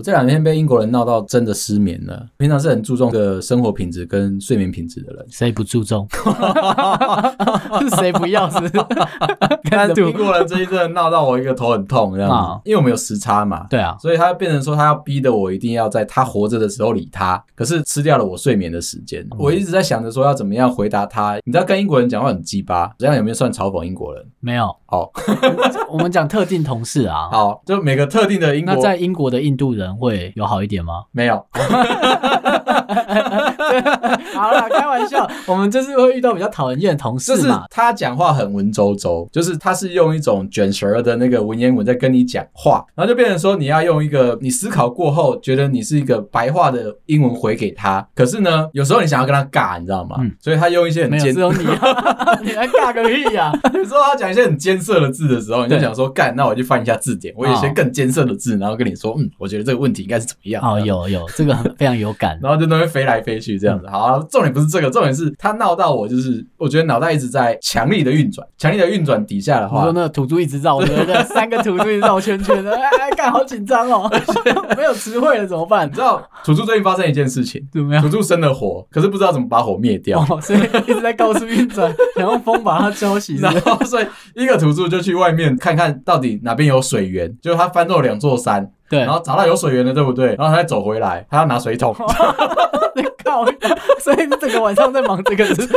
这2天被英国人闹到真的失眠了。平常是很注重的生活品质跟睡眠品质的人， 谁不注重？是谁不要？是不是？ 但英国人最近真的闹到我一个头很痛这样子，因为我们有时差嘛， 对啊， 所以他变成说他要逼得我一定要在他活着的时候理他，可是吃掉了我睡眠的时间。我一直在想着说要怎么样回答他。你知道跟英国人讲话很鸡巴，这样有没有算嘲讽英国人？ 没有。 好， 我们讲特定同事啊。 好，就每个特定的英国。 那在英国的印度人会有好一点吗？ 没有。 好啦，开玩笑，我们就是会遇到比较讨人厌的同事嘛。 就是他讲话很文绉绉，就是他是用一种卷舌的那个文言文在跟你讲话，然后就变成说你要用一个你思考过后觉得你是一个白话的英文回给他，可是呢有时候你想要跟他尬，你知道吗？所以他用一些很没有，只有你啊，你还尬个屁啊！ 有时候他讲一些很艰涩的字的时候，你就想说干，那我就翻一下字典，我有一些更艰涩的字，然后跟你说我觉得这个问题应该是怎么样。 有这个非常有感。 然后就那边飞来飞去这样子。好，重点不是这个，重点是他闹到我，就是我觉得脑袋一直在强力的运转，强力的运转底下的话， 你说那个土猪一直绕，对不对？3个土猪一直绕圈圈的，干好紧张哦，没有词汇了怎么办？ 你知道土猪最近发生一件事情， 怎么样？ 土猪生了火，可是不知道怎么把火灭掉， 所以一直在高速运转，想用风把它浇熄。 然后所以一个土猪就去外面看看到底哪边有水源，就他翻动了2座山。 对， 然后找到有水源了，对不对？然后他再走回来，他要拿水桶。 你靠！所以你整个晚上在忙这个事，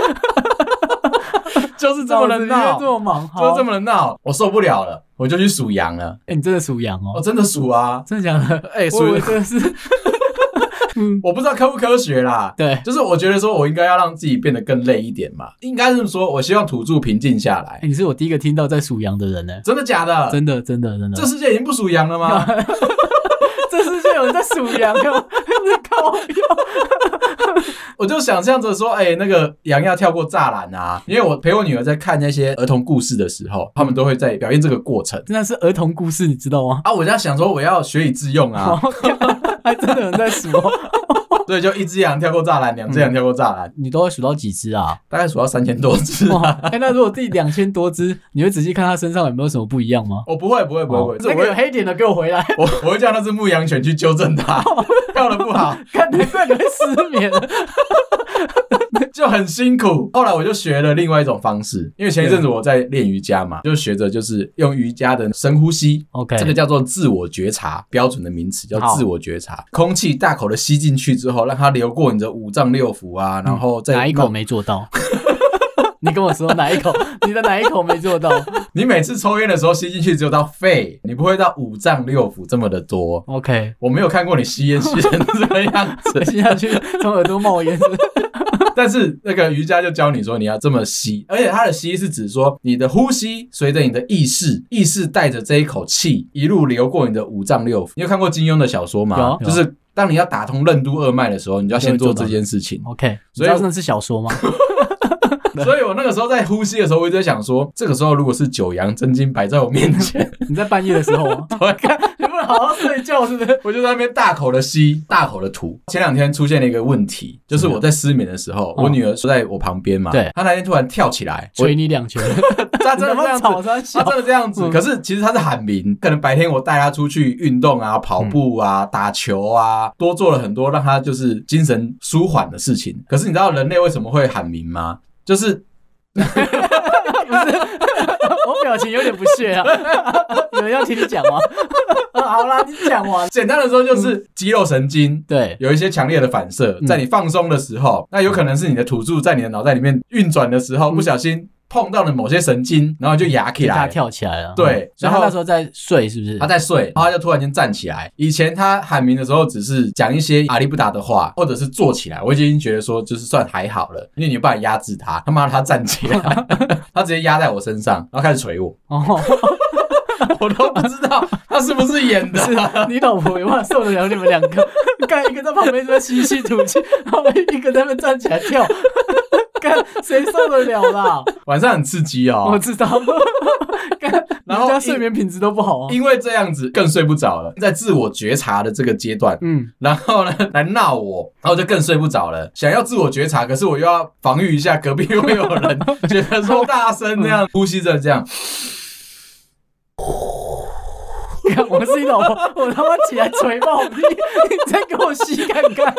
就是这么的闹， 这么忙， 就是这么的闹，我受不了了，我就去数羊了。 你真的数羊哦？ 我真的数啊， 真的假的？ 数真的是。 我不知道科不科学啦， 对， 就是我觉得说我应该要让自己变得更累一点嘛，应该是说我希望土著平静下来。 你是我第一个听到在数羊的人呢。 真的假的？ 真的。 这世界已经不数羊了吗？ 这世界有人在数羊啊！靠！ 我就想象着说，那个羊要跳过栅栏啊，因为我陪我女儿在看那些儿童故事的时候，他们都会在表现这个过程。 那是儿童故事，你知道吗？ 啊，我在想说我要学以致用啊， 还真的有人在数哦。 对，就1只羊跳过栅栏，2只羊跳过栅栏。 你都会数到几只啊？ 大概数到3000多只啊。 那如果第2000多只，你会仔细看它身上有没有什么不一样吗？ 我不会。 那个有黑点的给我回来。 我会叫那只牧羊犬去纠正它，跳得不好， 看难怪你会失眠。 就很辛苦。后来我就学了另外一种方式，因为前一阵子我在练瑜伽嘛，就学着就是用瑜伽的深呼吸。 OK， 这个叫做自我觉察，标准的名词叫自我觉察。空气大口的吸进去之后，让它流过你的5脏6腑啊，然后再哪一口没做到？你跟我说哪一口？你的哪一口没做到？ 你每次抽烟的时候吸进去只有到肺，你不会到5脏6腑这么的多。 OK， 我没有看过你吸烟吸成这个样子， 吸下去从耳朵冒烟。 但是那个瑜伽就教你说你要这么吸，而且它的吸是指说你的呼吸随着你的意识带着这一口气一路流过你的5脏6腑。你有看过金庸的小说吗？ 有。 就是当你要打通任督二脉的时候，你就要先做这件事情。 OK， 所以那是小说吗？ 所以我那个时候在呼吸的时候，我一直在想说，这个时候如果是9阳真经摆在我面前， 你在半夜的时候吗？ 我看你不能好好睡觉是不是？ 我就在那边大口的吸，大口的吐。前2天出现了一个问题，就是我在失眠的时候，我女儿坐在我旁边嘛，对，她那天突然跳起来， 捶你2拳， 她真的这样子，她真的这样子。可是其实她是喊鸣，可能白天我带她出去运动啊、跑步啊、打球啊，多做了很多让她就是精神舒缓的事情。可是你知道人类为什么会喊鸣吗？就是不是，我表情有点不屑啊。有人要听你讲吗？好啦，你讲完。 简单的说就是肌肉神经对有一些强烈的反射，在你放松的时候，那有可能是你的土著在你的脑袋里面运转的时候，不小心碰到了某些神经，然后就压起来， 他跳起来了。 对， 然后他那时候在睡，是不是？ 他在睡，然后他就突然间站起来。以前他喊鸣的时候，只是讲一些阿里不达的话，或者是坐起来，我已经觉得说就是算还好了，因为你有办法压制他。他妈的，他站起来，他直接压在我身上，然后开始捶我。我都不知道他是不是演的。 是你老婆有办法受得了你们2个？干一个在旁边在吸气吐气，然后一个在那边站起来跳。干谁受得了啦？ 晚上很刺激哦， 我知道。然后睡眠品质都不好啊， 因为这样子更睡不着了。在自我觉察的这个阶段，然后呢来闹我，然后就更睡不着了。想要自我觉察，可是我又要防御一下隔壁会有人觉得说大声这样呼吸着这样。 看我是你老婆，我他妈起来捶爆你，你再给我吸看看，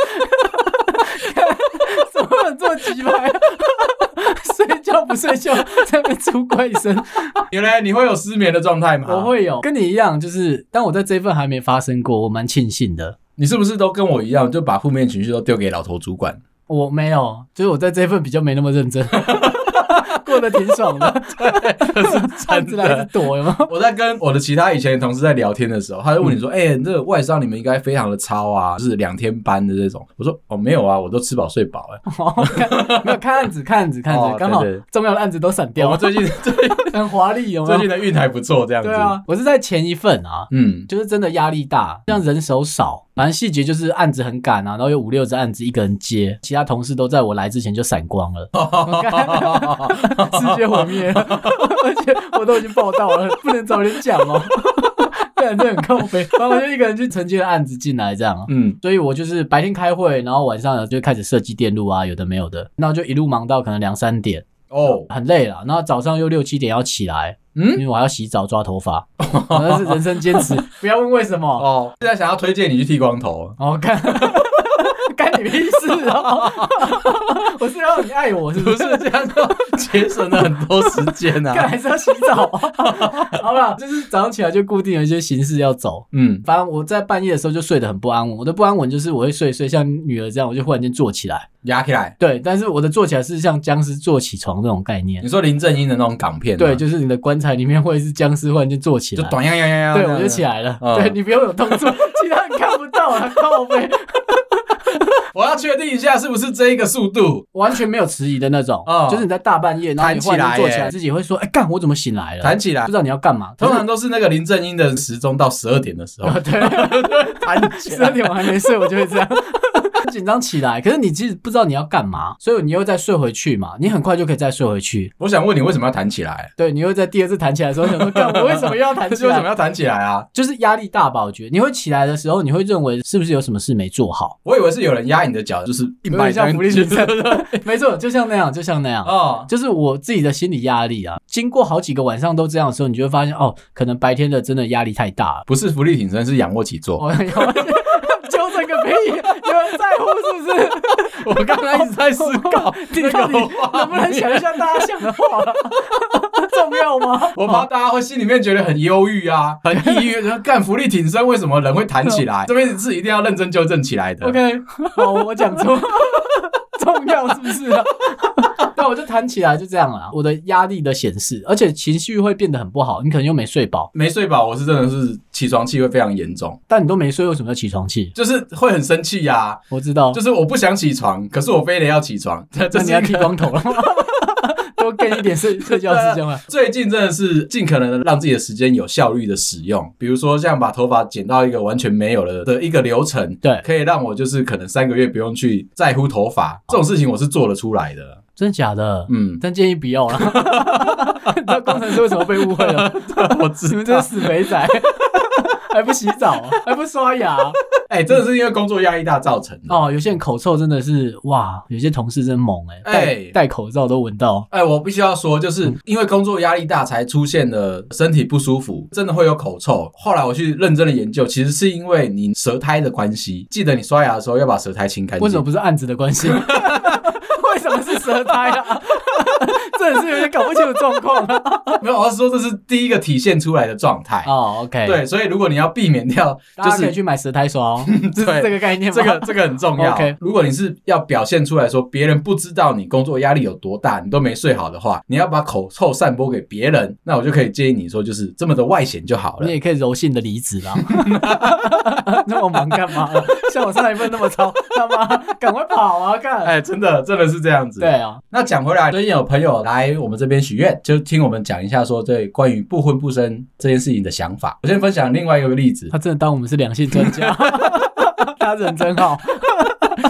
怎么能这么鸡掰啊？睡觉不睡觉，在那边出怪声。 原来你会有失眠的状态吗？ 我会有，跟你一样，就是当我在这一份还没发生过，我蛮庆幸的。 你是不是都跟我一样，就把负面情绪都丢给老头主管？ 我没有，就是我在这一份比较没那么认真。过得挺爽的， 对，可是案子来是躲有没有？ 我在跟我的其他以前的同事在聊天的时候，他就问你说：“这个外商你们应该非常的超啊，就是2天班的这种。”我说：“哦，没有啊，我都吃饱睡饱。” 没有看案子，刚好重要的案子都闪掉了。 最近很华丽，有没有？ 最近的运还不错，这样子。 对啊，我是在前一份啊，就是真的压力大，像人手少，反正细节就是案子很赶啊，然后有5-6只案子一个人接，其他同事都在我来之前就闪光了。世界毁灭了，而且我都已经报道了，不能早点讲哦。干这很靠北，然后我就一个人去承接案子进来这样，所以我就是白天开会，然后晚上就开始设计电路啊，有的没有的，然后就一路忙到可能2-3点，很累了，然后早上又6-7点要起来。因为我还要洗澡抓头发，那是人生坚持。不要问为什么现在想要推荐你去剃光头干你屁事哦！我是要你爱我，是不是这样节省了很多时间啊？ 干还是要洗澡好啦，就是早上起来就固定有一些形式要走。反正我在半夜的时候就睡得很不安稳。我的不安稳就是我会睡像女儿这样，我就忽然间坐起来， 压起来。 对，但是我的坐起来是像僵尸坐起床那种概念。 你说林正英的那种港片？ 对，就是你的棺材里面会是僵尸忽然间坐起来， 就短呀。 对，我就起来了。对，你不用有动作，其他人看不到啊，靠背。 我要确定一下是不是这一个速度， 完全没有迟疑的那种，就是你在大半夜，然后你忽然间坐起来，自己会说：“干，我怎么醒来了？” 弹起来， 不知道你要干嘛。 通常都是那个林正英的时钟到12点的时候， 对，弹起来。12点我还没睡，我就会这样。紧张起来，可是你其实不知道你要干嘛，所以你又再睡回去嘛，你很快就可以再睡回去。 我想问你为什么要弹起来？ 对，你又在第2次弹起来的时候想说，干我为什么又要弹起来？ 为什么要弹起来啊？ 就是压力大吧，我觉得你会起来的时候，你会认为是不是有什么事没做好？ 我以为是有人压你的脚，就是有点像福利挺身，没错，就像那样，就是我自己的心理压力啊。经过好几个晚上都这样的时候，你就会发现可能白天的真的压力太大了。 不是福利挺身，是仰卧起坐。 纠正个屁！有人在乎是不是？ 我刚刚一直在思考， 你到底能不能想一下大家想的话重要吗？ 我怕大家会心里面觉得很忧郁啊，很抑郁。干福利挺身，为什么人会弹起来？这边是一定要认真纠正起来的。 OK， 好，我讲错，重要是不是啊？那我就弹起来，就这样啦。我的压力的显示，而且情绪会变得很不好。你可能又没睡饱， 我是真的是起床气会非常严重。 但你都没睡，为什么要起床气？ 就是会很生气呀。 我知道， 就是我不想起床，可是我非得要起床。 那你要剃光头了吗？多给你一点睡觉时间嘛。 最近真的是尽可能的让自己的时间有效率的使用，比如说像把头发剪到一个完全没有了的一个流程， 对， 可以让我就是可能3个月不用去在乎头发，这种事情我是做得出来的。 真的假的？但建议不要啦。你知道工程师为什么被误会了？ 我知道， 你们这死肥仔，还不洗澡，还不刷牙。 真的是因为工作压力大造成的。 有些人口臭真的是哇，有些同事真猛戴口罩都闻到。 我必须要说，就是因为工作压力大才出现了身体不舒服，真的会有口臭。后来我去认真的研究，其实是因为你舌苔的关系。记得你刷牙的时候要把舌苔清干净。 为什么不是案子的关系？为什么是舌苔啊？真的是有点搞不清楚状况啊。 没有，我要说这是第一个体现出来的状态。 OK。 对，所以如果你要避免掉， 大家可以去买舌苔刷哦。这是这个概念吗？ 这个很重要。 OK。 如果你是要表现出来说别人不知道你工作压力有多大，你都没睡好的话，你要把口臭散播给别人，那我就可以建议你说，就是这么的外显就好了。 你也可以柔性的离职啦。那么忙干嘛？像我上一份那么操，他妈赶快跑啊！干。 真的是这样子。 对啊。 那讲回来，最近有朋友来我们这边许愿，就听我们讲一下说对关于不婚不生这件事情的想法。我先分享另外一个例子。 他真的当我们是两性专家。他人真好。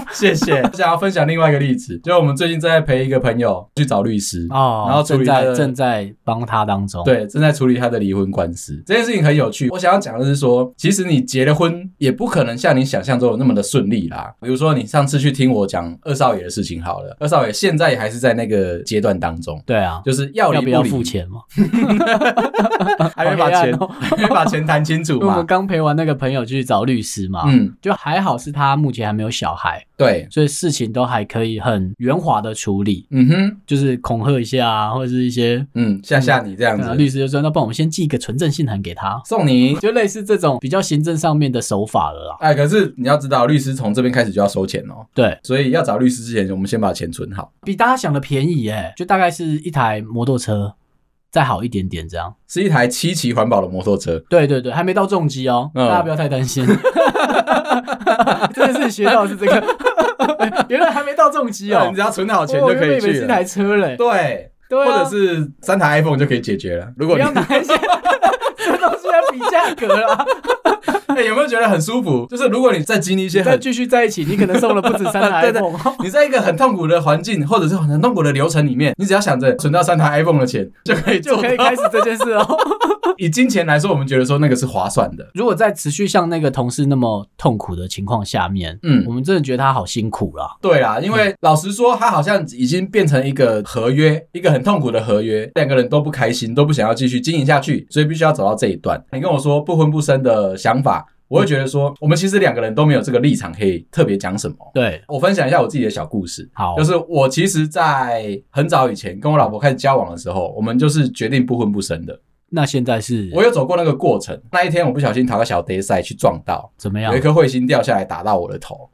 谢谢。我想要分享另外一个例子，就我们最近在陪一个朋友去找律师然后处理正在帮他当中， 对，正在处理他的离婚官司。这件事情很有趣。我想要讲的是说，其实你结了婚也不可能像你想象中的那么的顺利啦。比如说你上次去听我讲二少爷的事情好了，二少爷现在也还是在那个阶段当中。 对啊， 就是要离不离， 要不要付钱嘛？ 还没把钱谈清楚嘛。 我们刚陪完那个朋友去找律师嘛，就还好是他目前还没有小孩， 对， 所以事情都还可以很圆滑的处理。就是恐吓一下啊，或者是一些吓你这样子。 律师就说，那帮我们先寄一个纯正信函给他， 送你， 就类似这种比较行政上面的手法了啦。 可是你要知道，律师从这边开始就要收钱哦。 对， 所以要找律师之前，我们先把钱存好。 比大家想的便宜耶，就大概是一台摩托车。再好一点点，这样是一台7期环保的摩托车。 对对对，还没到重机哦，大家不要太担心。这件事情学到的是这个，原来还没到重机哦， 你只要存好钱就可以去了。 我以为是一台车嘞。 对，或者是3台 iPhone 就可以解决了。如果你不要拿一些这东西来比价格啦。 有没有觉得很舒服？就是如果你再经历一些再继续在一起，你可能送了不止3台 iPhone。 你在一个很痛苦的环境，或者是很痛苦的流程里面，你只要想着存到3台 iPhone 的钱，就可以开始这件事哦。 以金钱来说，我们觉得说那个是划算的。 如果在持续像那个同事那么痛苦的情况下面，我们真的觉得他好辛苦啦。 对啦，因为老实说，他好像已经变成一个合约，一个很痛苦的合约，两个人都不开心，都不想要继续经营下去，所以必须要走到这一段。你跟我说不婚不生的想法，我会觉得说，我们其实2个人都没有这个立场可以特别讲什么。 对， 我分享一下我自己的小故事。 好， 就是我其实在很早以前跟我老婆开始交往的时候，我们就是决定不婚不生的。 那现在是我有走过那个过程。那一天我不小心逃个小 day 赛去撞到， 怎么样？ 有一颗彗星掉下来打到我的头。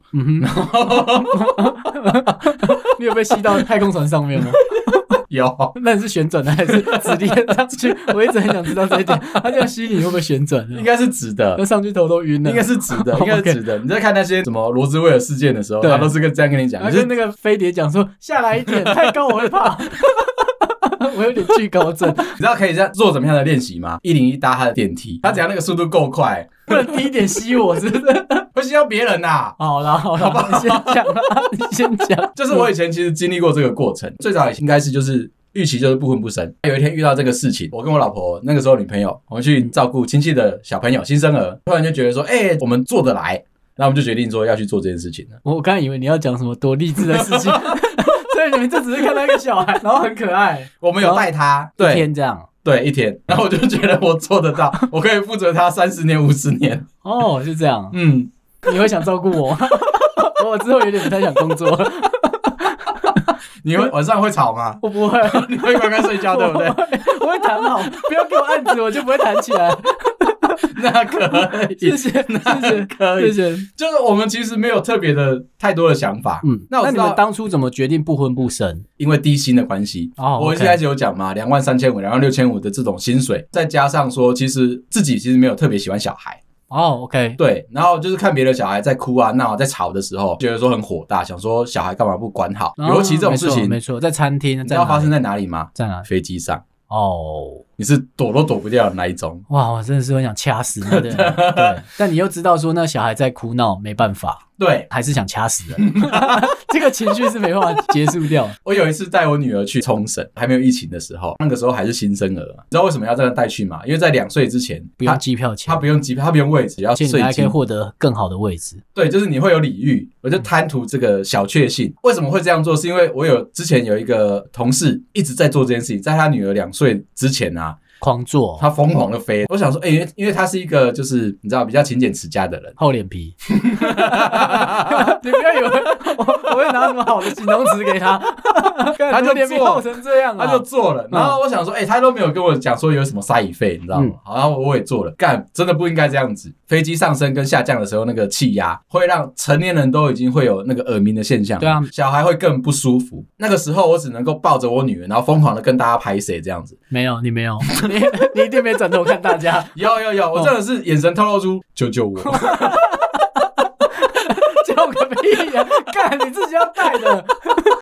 你有被吸到太空船上面吗？ 有。 那你是旋转的还是直立上去？我一直很想知道这一点。他这样吸你会不会旋转？ 应该是直的。 那上去头都晕了。 应该是直的，应该是直的。你在看那些什么罗兹威尔事件的时候，他都是这样跟你讲。 他跟那个飞碟讲说下来一点，太高我会怕。我有点惧高症。 你知道可以做怎么样的练习吗？101搭他的电梯，他只要那个速度够快， 不能低一点吸我，是不是？ 会吸到别人呐。 好啦，你先讲啦，你先讲。 就是我以前其实经历过这个过程，最早应该是就是预期就是不婚不生。有一天遇到这个事情，我跟我老婆那个时候女朋友，我们去照顾亲戚的小朋友新生儿，突然就觉得说，我们做得来，那我们就决定说要去做这件事情了。 我刚才以为你要讲什么多励志的事情。所以你们就只是看到一个小孩，然后很可爱。 我们有带他一天这样， 对，1天。然后我就觉得我做得到，我可以负责他30年、50年。 哦，是这样。你会想照顾我？我之后有点不太想工作。 你会晚上会吵吗？ 我不会。 你会乖乖睡觉，对不对？ 我会弹好，不要给我案子，我就不会弹起来。 那可以， 谢谢，可以，谢谢。 就是我们其实没有特别的太多的想法。 那你们当初怎么决定不婚不生？ 因为低薪的关系。我一开始有讲嘛，23,500、26,500的这种薪水，再加上说，其实自己其实没有特别喜欢小孩。 OK， 对，然后就是看别的小孩在哭啊、闹啊、在吵的时候，觉得说很火大，想说小孩干嘛不管好？尤其这种事情， 没错，在餐厅， 你知道发生在哪里吗？ 在哪？ 飞机上。你是躲都躲不掉的那一种。 哇，我真的是很想掐死那个人。对，但你又知道说那小孩在哭闹，没办法。 对， 还是想掐死人。这个情绪是没办法结束掉。 我有一次带我女儿去冲绳，还没有疫情的时候，那个时候还是新生儿。你知道为什么要这样带去吗？因为在2岁之前不用机票钱， 他不用机票，他不用位置，要税金， 还可以获得更好的位置。 对，就是你会有礼遇，我就贪图这个小确幸。为什么会这样做？是因为我之前有一个同事一直在做这件事情，在他女儿2岁之前啊。 狂做， 他疯狂的飞。我想说，因为他是一个就是你知道比较勤俭持家的人， 厚脸皮。你不要以为我会拿什么好的形容词给他， 他就脸皮厚成这样， 他就做了。然后我想说，他都没有跟我讲说有什么塞费，你知道吗？然后我也做了，真的不应该这样子。飞机上升跟下降的时候，那个气压会让成年人都已经会有那个耳鸣的现象， 对啊， 小孩会更不舒服。那个时候我只能够抱着我女儿，然后疯狂的跟大家拍谁这样子。 没有，你没有。你一定没转头看大家。 有，我真的是眼神透露出救救我。 救个屁呀！干你自己要带的。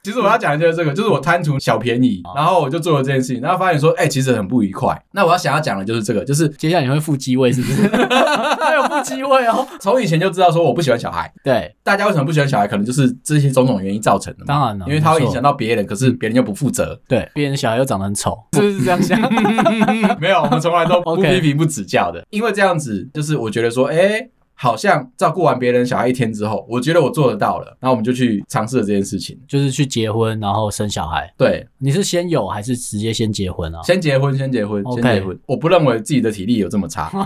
其实我要讲的就是这个，就是我贪图小便宜，然后我就做了这件事情，然后发现说，其实很不愉快。那我要想要讲的就是这个，就是接下来你会付机位是不是？还有付机位哦。 从以前就知道说我不喜欢小孩。 对， 大家为什么不喜欢小孩？可能就是这些种种原因造成的嘛。 当然了， 因为他会影响到别人，可是别人又不负责。 对，别人的小孩又长得很丑，是不是这样想？ 没有，我们从来都不批评不指教的。因为这样子，就是我觉得说，好像照顾完别人小孩1天之后，我觉得我做得到了，然后我们就去尝试了这件事情， 就是去结婚，然后生小孩。对，你是先有还是直接先结婚啊？ 先结婚，先结婚。我不认为自己的体力有这么差。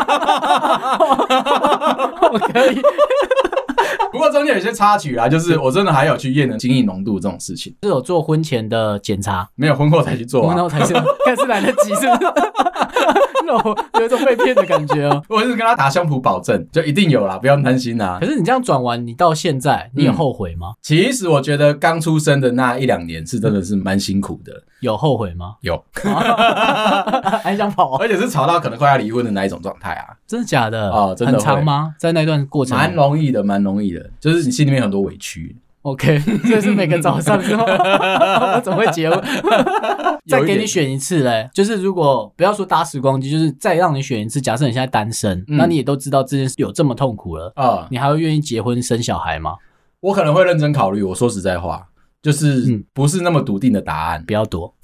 我可以。 不过中间有些插曲啦，就是我真的还有去验了精液浓度这种事情。 是有做婚前的检查？ 没有，婚后才去做婚后才是，看是来得及是不是？那我有一种被骗的感觉哦。 我是跟他打胸脯保证，就一定有啦，不要担心啦。 可是你这样转完，你到现在你有后悔吗？ 其实我觉得刚出生的那1-2年是真的是蛮辛苦的。 有后悔吗？ 有。 还想跑， 而且是吵到可能快要离婚的那一种状态啊。 真的假的？ 真的很长吗？在那段过程蛮容易的，就是你心里面很多委屈。 OK， 这是每个早上之后，我怎么会结婚？再给你选一次嘞，就是如果不要说搭时光机，就是再让你选一次，假设你现在单身，那你也都知道这件事有这么痛苦了你还会愿意结婚生小孩吗？ 我可能会认真考虑，我说实在话。就是不是那么笃定的答案， 不要躲。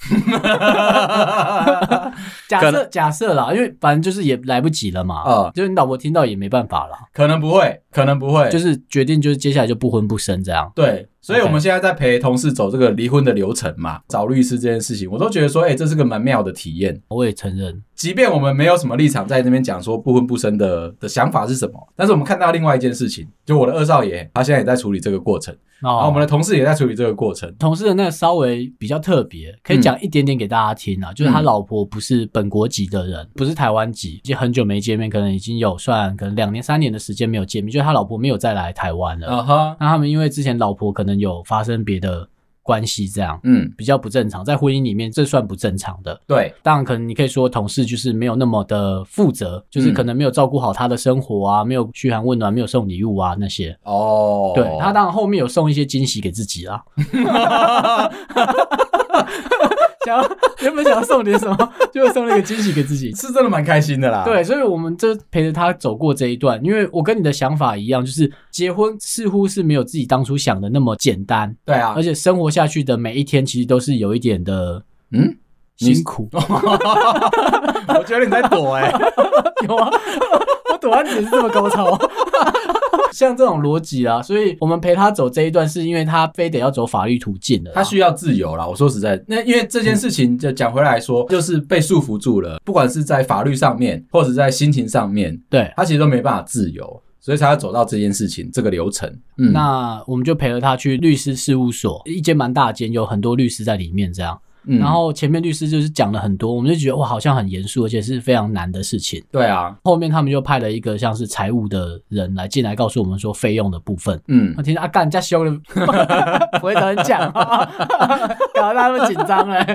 假设啦，因为反正就是也来不及了嘛，就是你老婆听到也没办法啦。 可能不会， 就是决定就是接下来就不婚不生这样。 对，所以我们现在在陪同事走这个离婚的流程嘛，找律师这件事情，我都觉得说，这是个蛮妙的体验。 我也承认， 即便我们没有什么立场在那边讲说不婚不生的想法是什么，但是我们看到另外一件事情，就我的二少爷，他现在也在处理这个过程。然后我们的同事也在处理这个过程。 同事的那个稍微比较特别，可以讲一点点给大家听啊，就是他老婆不是本国籍的人，不是台湾籍，已经很久没见面，可能已经有算可能2年3年的时间没有见面，就是他老婆没有再来台湾了。那他们因为之前老婆可能有发生别的关系这样，比较不正常，在婚姻里面这算不正常的。对，当然可能你可以说同事就是没有那么的负责，就是可能没有照顾好他的生活啊，没有嘘寒问暖，没有送礼物啊那些。对，他当然后面有送一些惊喜给自己啦。原本想要送点什么，就送了一个惊喜给自己， 是真的蛮开心的啦。 对，所以我们就陪着他走过这一段，因为我跟你的想法一样，就是结婚似乎是没有自己当初想的那么简单。对啊，而且生活下去的每一天其实都是有一点的辛苦。 我觉得你在躲有啊，我躲完也是这么高超。像这种逻辑啊，所以我们陪他走这一段是因为他非得要走法律途径的， 他需要自由啦。我说实在，那因为这件事情就讲回来说，就是被束缚住了，不管是在法律上面或者在心情上面，对，他其实都没办法自由，所以才要走到这件事情这个流程。 那我们就陪了他去律师事务所，一间蛮大间，有很多律师在里面这样。然后前面律师就是讲了很多，我们就觉得哇，好像很严肃，而且是非常难的事情。对啊，后面他们就派了一个像是财务的人来进来告诉我们说费用的部分。我听到干人家凶了，不会跟人讲，搞得他们紧张嘞。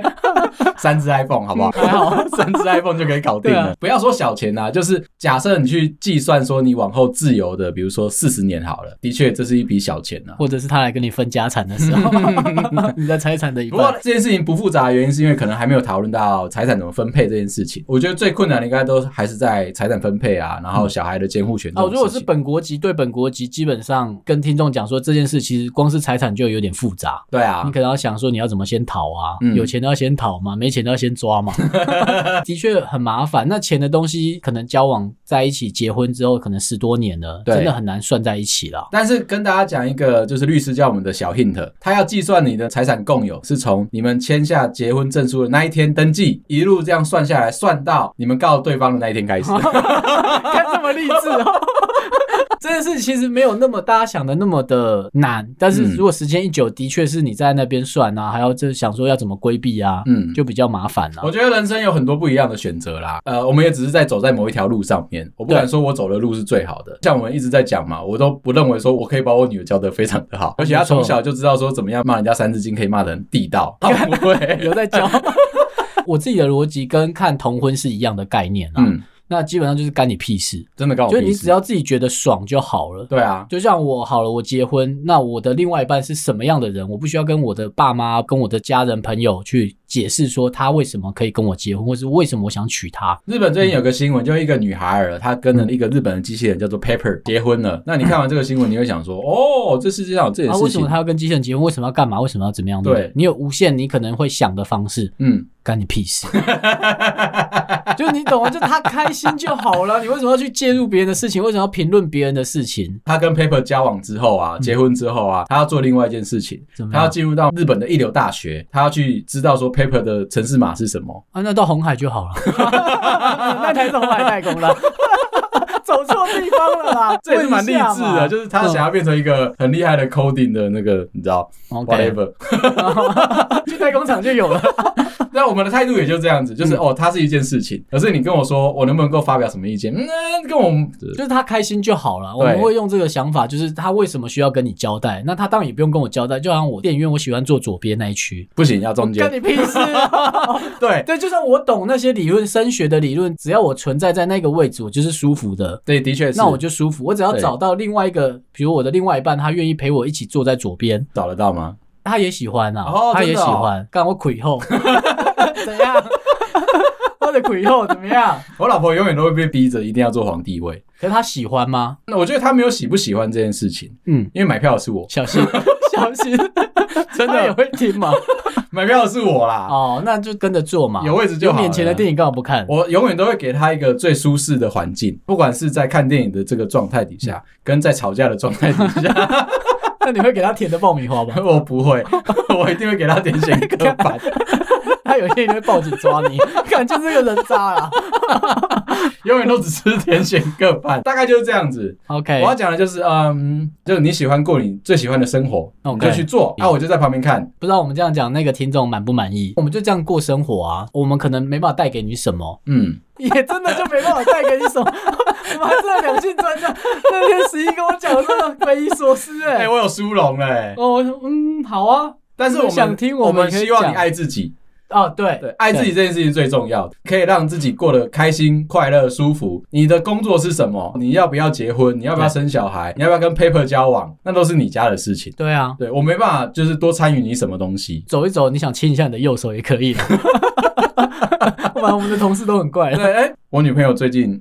3只 iPhone 好不好？还好，3只 iPhone 就可以搞定了。不要说小钱啊，就是假设你去计算说你往后自由的，比如说40年好了，的确这是一笔小钱啊。 或者是他来跟你分家产的时候，你的财产的一半。 不过这件事情不复杂的原因是因为可能还没有讨论到财产怎么分配这件事情。我觉得最困难的应该都还是在财产分配啊，然后小孩的监护权这种事情。 如果是本国籍对本国籍，基本上跟听众讲说这件事其实光是财产就有点复杂。对啊，你可能要想说你要怎么先逃啊，有钱的要先逃嘛，没钱的要先抓嘛。的确很麻烦。那钱的东西可能交往在一起结婚之后可能10多年了，真的很难算在一起啦。 但是跟大家讲一个就是律师教我们的小 hint， 他要计算你的财产共有是从你们签下结婚证书的那一天登记，一路这样算下来，算到你们告对方的那一天开始。 看这么励志哦。这件事其实没有那么大家想的那么的难，但是如果时间一久，的确是你在那边算啊，还要就想说要怎么规避啊，就比较麻烦啦。 我觉得人生有很多不一样的选择啦，我们也只是在走在某一条路上面，我不敢说我走的路是最好的。像我们一直在讲嘛，我都不认为说我可以把我女儿教得非常的好，而且她从小就知道说怎么样骂人家3字经可以骂得很地道，不会有在教。我自己的逻辑跟看同婚是一样的概念啦。 那基本上就是干你屁事， 真的干我屁事。 就你只要自己觉得爽就好了。 对啊， 就像我好了，我结婚，那我的另外一半是什么样的人，我不需要跟我的爸妈、跟我的家人朋友去解释说他为什么可以跟我结婚，或是为什么我想娶她。 日本最近有个新闻，就一个女孩儿，她跟了一个日本的机器人叫做 Pepper 结婚了。那你看完这个新闻，你会想说，哦，这世界上有这件事情。 为什么她要跟机器人结婚？为什么要干嘛？为什么要怎么样？对，你有无限你可能会想的方式。干你屁事！就你懂吗？就他开心就好了，你为什么要去介入别人的事情？为什么要评论别人的事情？ 他跟 Pepper 交往之后啊，结婚之后啊，他要做另外一件事情，他要进入到日本的一流大学，他要去知道说 Pepper 的程式码是什么啊？那到红海就好了，那台是红海代工的。走错地方了啦， 这也是蛮励志的，就是他想要变成一个很厉害的 coding 的那个，你知道 ，whatever， 去代工厂就有了。 那我们的态度也就这样子，就是它是一件事情，可是你跟我说我能不能够发表什么意见，跟我们就是他开心就好了。我们会用这个想法，就是他为什么需要跟你交代，那他当然也不用跟我交代。就像我电影院，我喜欢坐左边那一区， 不行，要中间， 干你屁事啊！对，就算我懂那些理论，升学的理论，只要我存在在那个位置，我就是舒服的。 对，的确是， 那我就舒服。我只要找到另外一个，比如我的另外一半，他愿意陪我一起坐在左边， 找得到吗？ 他也喜欢啊，他也喜欢。干我腿后，怎样？我的腿后怎么样？ 我老婆永远都会被逼着一定要坐皇帝位， 可是他喜欢吗？ 那我觉得他没有喜不喜欢这件事情，因为买票的是我， 小心，小心，真的也会听吗？ 买票的是我啦， 哦，那就跟着做嘛， 有位置就好了。 有免钱的电影干嘛不看？ 我永远都会给他一个最舒适的环境，不管是在看电影的这个状态底下，跟在吵架的状态底下。 那你会给他甜的爆米花吗？ 我不会，我一定会给他点选刻板。 他有一天一定会报警抓你，看就是个人渣啦。 永远都只吃甜选各半，大概就是这样子。 OK， 我要讲的就是，就是你喜欢过你最喜欢的生活， okay， 你就去做，我就在旁边看。 不知道我们这样讲，那个听众满不满意？我们就这样过生活啊，我们可能没办法带给你什么，也真的就没办法带给你什么。怎么还是两性专家？那天11跟我讲的那么匪夷所思我有殊荣好啊。 但是我们想听， 我们希望你爱自己。 对， 爱自己这件事情最重要的，可以让自己过得开心、快乐、舒服。你的工作是什么？你要不要结婚？你要不要生小孩？你要不要跟 Pepper 交往？那都是你家的事情。 对啊， 对，我没办法，就是多参与你什么东西。 走一走，你想亲一下你的右手也可以的。不然我们的同事都很怪。 对，我女朋友最近，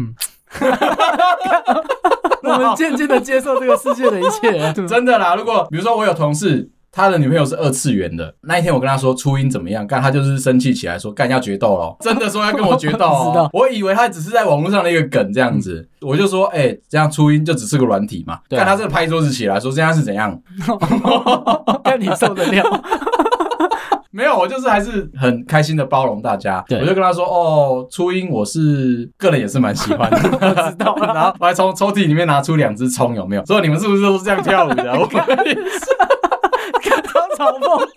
我们渐渐的接受这个世界的一切。 真的啦，如果比如说我有同事。他的女朋友是2次元的，那一天我跟他说初音怎么样，干他就是生气起来说干要决斗咯，真的说要跟我决斗哦。我以为他只是在网络上的一个梗这样子，我就说这样初音就只是个软体嘛，干他这个拍桌子起来说这样是怎样， 看你受得了。 没有，我就是还是很开心的包容大家。我就跟他说初音我是个人也是蛮喜欢的， 我知道了。 然后我还从抽屉里面拿出2只葱，有没有？所以你们是不是都是这样跳舞的？我也是。 嘲讽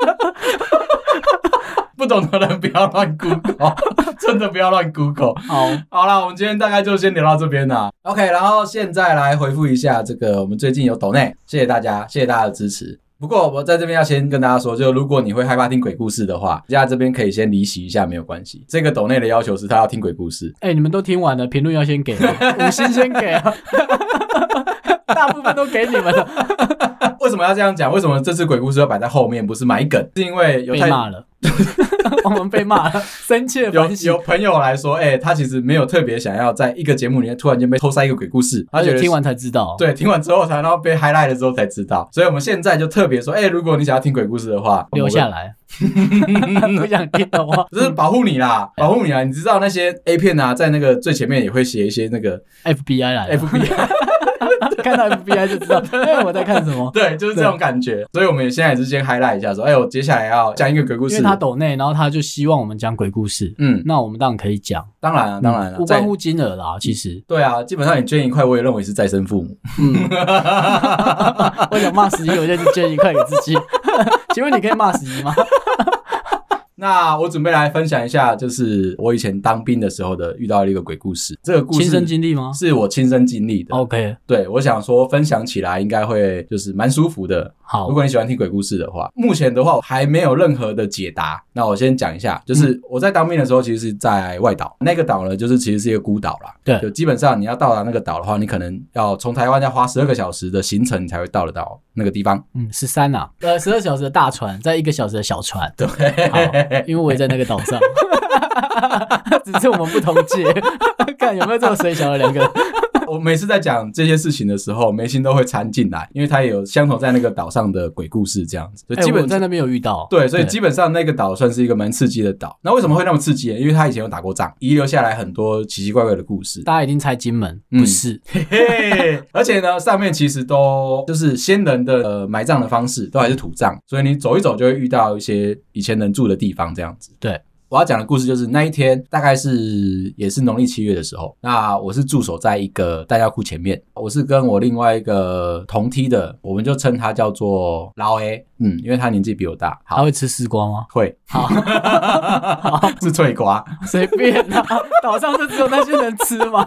不懂的人不要乱 Google， 真的不要乱 Google。好啦，我们今天大概就先聊到这边啦。OK， 然后现在来回复一下这个我们最近有抖内，谢谢大家，谢谢大家的支持。不过我在这边要先跟大家说，就如果你会害怕听鬼故事的话，大家这边可以先离席一下，没有关系。这个抖内的要求是他要听鬼故事。 你们都听完了，评论要先给，5星先给啊。大部分都给你们了。 为什么要这样讲？为什么这次鬼故事要摆在后面，不是埋梗？是因为有被骂了。我们被骂了，深切反省。 有朋友来说，他其实没有特别想要在一个节目里面突然间被偷塞一个鬼故事， 他觉得听完才知道。 对，听完之后才然后被 highlight 了之后才知道。所以我们现在就特别说，如果你想要听鬼故事的话， 留下来。不想听的话， 就是保护你啦，保护你啦。你知道那些 A 片啊，在那个最前面也会写一些那个 FBI 来 ，FBI 看到 FBI 就知道，我在看什么。 对，就是这种感觉。所以我们也现在也是先 highlight 一下，说，我接下来要讲一个鬼故事。 因为他抖内，然后他就希望我们讲鬼故事。那我们当然可以讲。 当然了，当然了， 无关乎金额啦，其实。 对啊，基本上你捐1块，我也认为是再生父母。 我想骂11，我就捐1块给自己。请问你可以骂11吗？ 那我准备来分享一下，就是我以前当兵的时候的遇到的一个鬼故事。这个故事亲身经历吗？ 是我亲身经历的。 OK， 对，我想说分享起来应该会就是蛮舒服的。 好， 如果你喜欢听鬼故事的话，目前的话我还没有任何的解答。那我先讲一下，就是我在当兵的时候，其实是在外岛，那个岛呢，就是其实是一个孤岛啦。 对， 就基本上你要到达那个岛的话，你可能要从台湾要花12个小时的行程，你才会到得到那个地方。 13啊，12小时的大船，在1个小时的小船。 对， 好，因为我也在那个岛上，只是我们不同界。看有没有这么水小的2个人。 我每次在讲这些事情的时候，眉心都会掺进来，因为他也有相同在那个岛上的鬼故事这样子。所以基本我在那边有遇到。 对，所以基本上那个岛算是一个蛮刺激的岛。那为什么会那么刺激呢？因为他以前有打过仗，遗留下来很多奇奇怪怪的故事。 大家一定猜金门，不是？ 嘿嘿，而且呢，上面其实都就是先人的埋葬的方式，都还是土葬，所以你走一走就会遇到一些以前人住的地方这样子。 对。 我要讲的故事就是那一天大概也是农历7月的时候，那我是驻守在一个弹药库前面，我是跟我另外一个同梯的，我们就称他叫做老 A， 因为他年纪比我大。 他会吃丝瓜吗？ 会。 好， 是脆瓜， 随便啊，岛上就只有那些人吃吗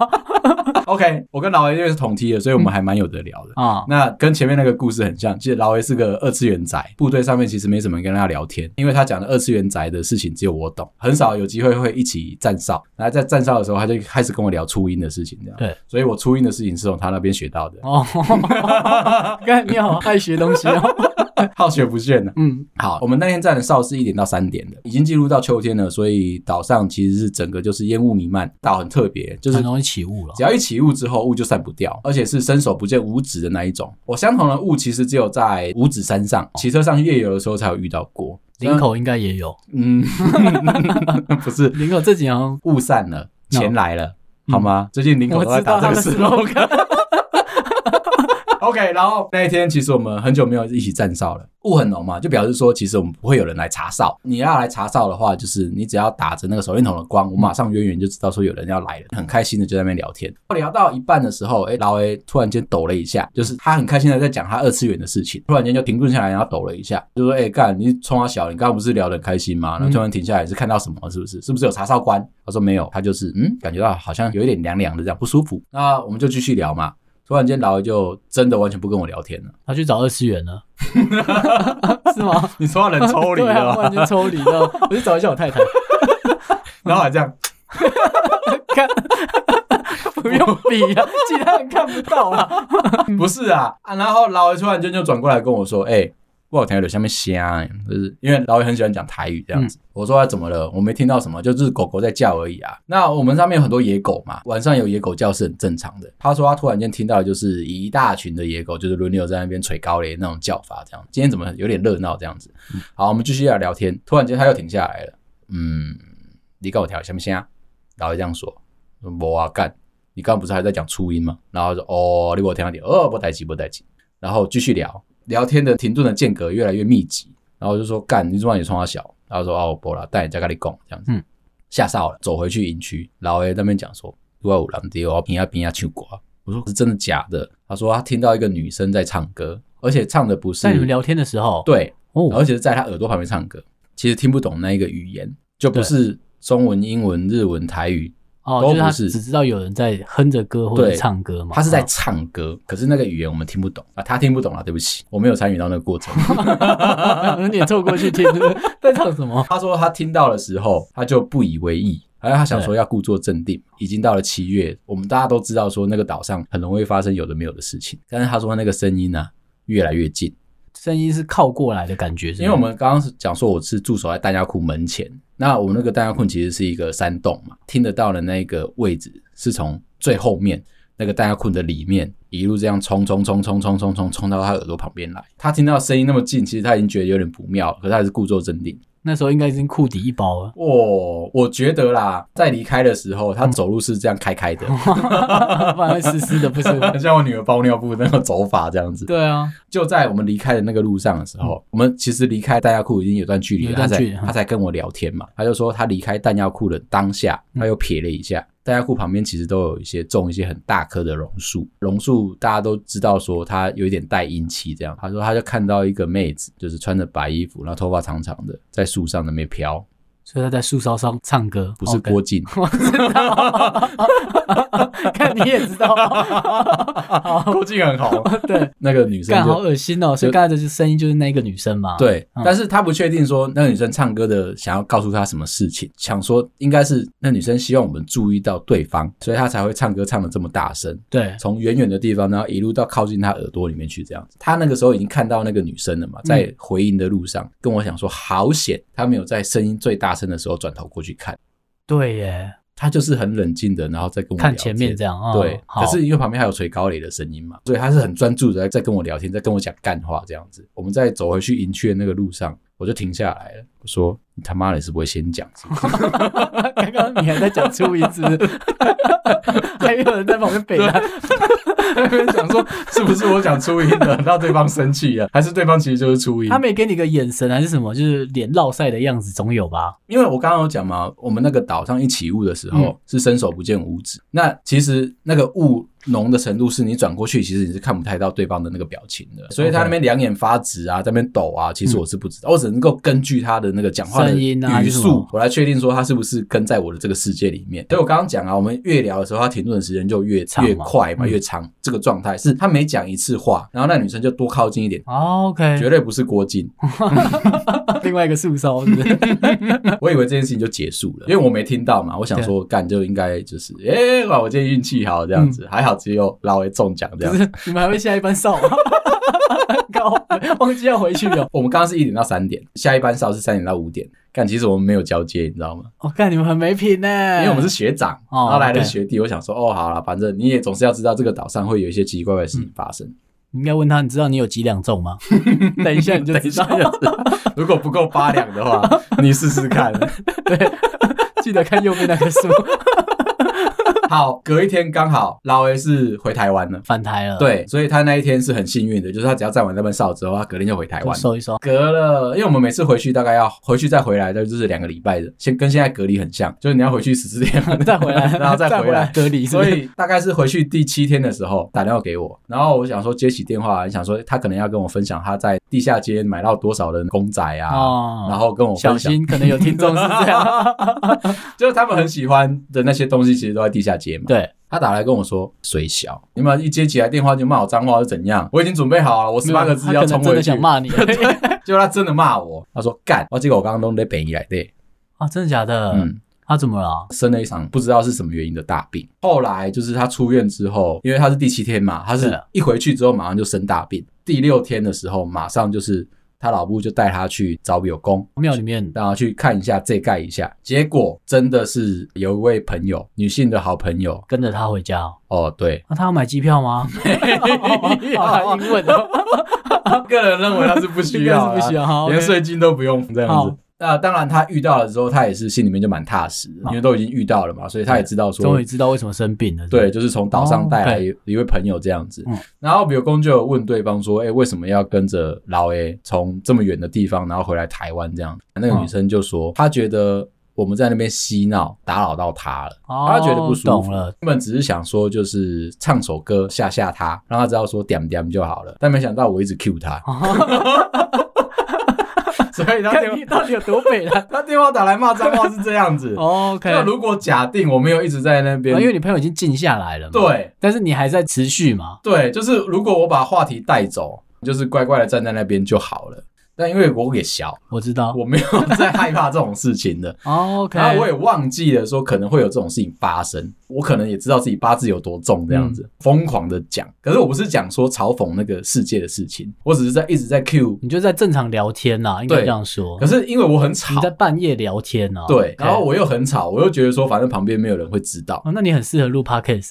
？OK， 我跟老 A 因为是同梯的，所以我们还蛮有得聊的啊。那跟前面那个故事很像，其实老 A 是个2次元宅，部队上面其实没怎么跟他聊天，因为他讲的2次元宅的事情只有我懂。很少有机会会一起站哨，然后在站哨的时候，他就开始跟我聊初音的事情，这样。 对， 所以我初音的事情是从他那边学到的。 哦，干你好爱学东西哦， 好学不倦的。好，我们那天站的哨是1点到3点的，已经进入到秋天了，所以岛上其实是整个就是烟雾弥漫，岛很特别，就是很容易起雾了。 只要一起雾之后，雾就散不掉，而且是伸手不见五指的那一种。我相同的雾其实只有在五指山上骑车上去夜游的时候才有遇到过。 林口应该也有， 不是， 林口这几年雾散了，钱来了，好吗？最近林口都在打这个 slogan。OK， 然后那一天其实我们很久没有一起站哨了，雾很浓嘛，就表示说其实我们不会有人来查哨。你要来查哨的话，就是你只要打着那个手电筒的光，我马上远远就知道说有人要来了，很开心的就在那边聊天。聊到一半的时候，老 A 突然间抖了一下，就是他很开心的在讲他2次元的事情，突然间就停顿下来，然后抖了一下，就说干你冲他小，你刚刚不是聊得很开心吗？然后突然停下来是看到什么？是不是有查哨官？他说没有，他就是感觉到好像有一点凉凉的这样不舒服。那我们就继续聊嘛。突然间老 A 就真的完全不跟我聊天了， 他去找2次元了。是吗？ 你说他人抽离了。 对啊，突然间抽离了，我去找一下我太太。 然后还这样看，不用比啊，其他人看不到啊。 不是啊，然后老 A 突然间就转过来跟我说我有听到有下面虾，就是因为老 A 很喜欢讲台语这样子。我说怎么了？我没听到什么，就是狗狗在叫而已啊。那我们上面有很多野狗嘛，晚上有野狗叫是很正常的。他说他突然间听到的就是一大群的野狗，就是轮流在那边捶高雷那种叫法这样。今天怎么有点热闹这样子？好，我们继续来聊天。突然间他又停下来了。你跟我调下面虾？老 A 这样说。没啊，干！你刚刚不是还在讲初音吗？然后说你给我听到点，不代志。然后继续聊天的停顿的间隔越来越密集，然后我就说干，你怎么也冲他小？然后说不啦，带你再跟你讲这样子。下哨了，走回去营区，老 A 那边讲说，如果有人在我边啊唱歌，我说是真的假的？他说他听到一个女生在唱歌，而且唱的不是在你们聊天的时候， 对，而且是在他耳朵旁边唱歌，其实听不懂那一个语言，就不是中文、英文、日文、台语。 就是他只知道有人在哼着歌或者唱歌嘛， 他是在唱歌，可是那个语言我们听不懂啊，他听不懂啊，对不起，我没有参与到那个过程。 你也凑过去听在唱什么？ 他说他听到的时候，他就不以为意，好像他想说要故作镇定。已经到了7月，我们大家都知道说那个岛上很容易发生有的没有的事情，但是他说那个声音越来越近。 声音是靠过来的感觉， 因为我们刚刚讲说我是驻守在弹药库门前，那我们那个弹药库其实是一个山洞嘛，听得到的那个位置是从最后面那个弹药库的里面一路这样冲到他耳朵旁边来。他听到声音那么近，其实他已经觉得有点不妙，可是他还是故作镇定。 那时候应该已经裤底一包了。 我觉得啦，在离开的时候，他走路是这样开的， 不然会湿湿的，不是？ 很像我女儿包尿布那个走法这样子。 对啊， 就在我们离开的那个路上的时候，我们其实离开弹药库已经有段距离了，他才跟我聊天嘛。他就说他离开弹药库的当下，他又瞥了一下。弹药库旁边其实都有种一些很大棵的榕树大家都知道说它有一点带阴气这样。他说他就看到一个妹子，就是穿着白衣服，然后头发长长的，在树上那边飘， 所以他在树梢上唱歌， 不是郭靖。 我知道，看你也知道， 郭靖很红。 对， 那个女生干好恶心哦，所以刚才的声音就是那个女生嘛。 对，但是他不确定说那个女生唱歌的想要告诉他什么事情，想说应该是那女生希望我们注意到对方，所以他才会唱歌唱得这么大声。 对， 从远远的地方，然后一路到靠近他耳朵里面去这样子。他那个时候已经看到那个女生了嘛，在回音的路上跟我讲说好险他没有在声音最大声的时候转头过去看。 对耶， 他就是很冷静的，然后再跟我聊天看前面这样。 对，可是因为旁边还有锤高磊的声音嘛，所以他是很专注的在跟我聊天，在跟我讲干话这样子。我们在走回去营区的那个路上，我就停下来了，我说你他妈的是不会先讲是不是？ 刚刚你还在讲初音是不是？还有人在旁边北烂， 那边讲说是不是我讲初音的，让对方生气了，还是对方其实就是初音？ 他没给你个眼神还是什么，就是脸落晒的样子，总有吧？ 因为我刚刚有讲嘛，我们那个岛上一起雾的时候，是伸手不见五指。那其实那个雾浓的程度是你转过去，其实你是看不太到对方的那个表情的，所以他那边两眼发直啊，在那边抖啊，其实我是不知道，我只能够根据他的那个讲话的语速，我来确定说他是不是跟在我的这个世界里面。所以我刚刚讲啊，我们越聊的时候，他停顿的时间就越快嘛，越长。这个状态是他每讲一次话，然后那女生就多靠近一点。 OK， 绝对不是郭靖， 另外一个树梢是不是？ 我以为这件事情就结束了，因为我没听到嘛，我想说干就应该就是我今天运气好这样子，还好只有老为中奖这样子。 你们还会下一班哨吗？忘记要回去了。 我们刚刚是1点到3点，下一班哨是3点到5点。干，其实我们没有交接，你知道吗？ 干你们很没品呢， 因为我们是学长，然后来的学弟，我想说好啦，反正你也总是要知道这个岛上会有一些奇奇怪怪的事情发生。 你应该问他，你知道你有几两重吗？等一下你就知道。 如果不够8两的话，你试试看。 对，记得看右边那个数。 好，隔一天刚好老 A 是回台湾了， 返台了。 对，所以他那一天是很幸运的，就是他只要站完那班哨之后，他隔天就回台湾收一收。 隔了，因为我们每次回去大概要回去再回来的就是2个礼拜的，跟现在隔离很像，就是你要回去14天再回来， 然后再回来隔离。 所以大概是回去第7天的时候打电话给我，然后我想说接起电话，想说他可能要跟我分享他在地下街买到多少的公仔啊，然后跟我分享。 小心，可能有听众是这样， 就是他们很喜欢的那些东西，其实都在地下街嘛。 对。 他打来跟我说水小，你们一接起来电话就骂我脏话是怎样？我已经准备好了，我18个字要冲回去。他可能真的想骂你， 结果他真的骂我，他说干，这个我刚刚都在北医来的啊，真的假的？他怎么了？ 生了一场不知道是什么原因的大病。后来就是他出院之后，因为他是第7天嘛，他是一回去之后马上就生大病。第6天的时候，马上就是他老布就带他去找柳公庙里面， 然后去看一下这盖一下。结果真的是有一位朋友，女性的好朋友跟着他回家对。 那他要买机票吗？好英文哦。 个人认为他是不需要，连税金都不用这样子。那当然他遇到了之后，他也是心里面就蛮踏实的，因为都已经遇到了嘛，所以他也知道说， 终于知道为什么生病了。 对，就是从岛上带来一位朋友这样子。然后柳公就有问对方说，为什么要跟着老 A 从这么远的地方然后回来台湾这样？那个女生就说，她觉得我们在那边嬉闹打扰到她了，她觉得不舒服了。他们只是想说就是唱首歌吓吓她，让她知道说点点就好了，但没想到我一直 cue 她。所以他你到底有多北了？ 他电话打来骂脏话是这样子。 OK， 就如果假定我没有一直在那边， 因为你朋友已经静下来了嘛。 对， 但是你还在持续嘛？ 对，就是如果我把话题带走，就是乖乖的站在那边就好了。但因为我也小， 我知道我没有在害怕这种事情的。 OK， 然后我也忘记了说可能会有这种事情发生，我可能也知道自己八字有多重这样子，疯狂的讲。可是我不是讲说嘲讽那个世界的事情，我只是一直在 cue， 你就在正常聊天呐，应该这样说。 可是因为我很吵， 你在半夜聊天呐， 对，然后我又很吵，我又觉得说反正旁边没有人会知道。 那你很适合录 podcast，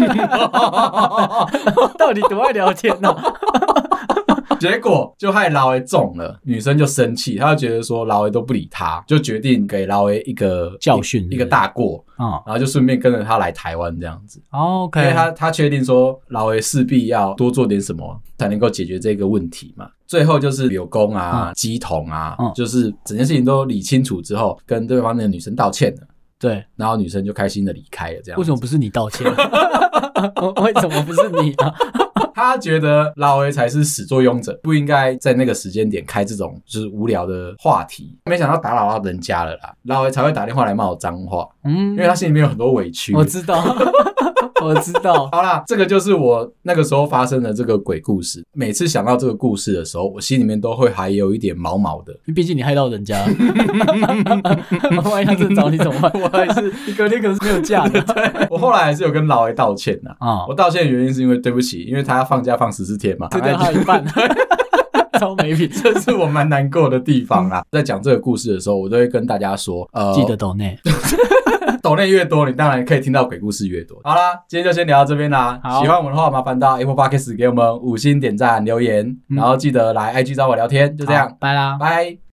到底多爱聊天呐？ 结果就害老 A 中了，女生就生气，她就觉得说老 A 都不理她，就决定给老 A 一个教训， 一个大过，然后就顺便跟着他来台湾这样子。 OK， 因为他确定说老 A 势必要多做点什么才能够解决这个问题嘛。最后就是柳公啊、鸡童啊，就是整件事情都理清楚之后，跟对方那个女生道歉了。 对， 然后女生就开心的离开了，这样。 为什么不是你道歉？为什么不是你啊？ 他觉得老A才是始作俑者，不应该在那个时间点开这种就是无聊的话题。没想到打扰到人家了啦，老A才会打电话来骂我脏话。因为他心里面有很多委屈。 我知道。我知道。 好啦，这个就是我那个时候发生的这个鬼故事。每次想到这个故事的时候，我心里面都会还有一点毛毛的。 毕竟你害到人家。万一他真的找你怎么办？我还是你隔天可能是没有假的。 对，我后来还是有跟老 A 道歉的。我道歉的原因是因为对不起，因为他要放假放14天嘛， 吃掉他一半。超没品， 这是我蛮难过的地方啦。在讲这个故事的时候，我都会跟大家说， 记得抖内。 抖内越多，你当然可以听到鬼故事越多。好啦，今天就先聊到这边啦。喜欢我们的话，麻烦到 Apple Podcast 给我们5星点赞留言，然后记得来 IG 找我聊天，就这样， 拜啦， 拜。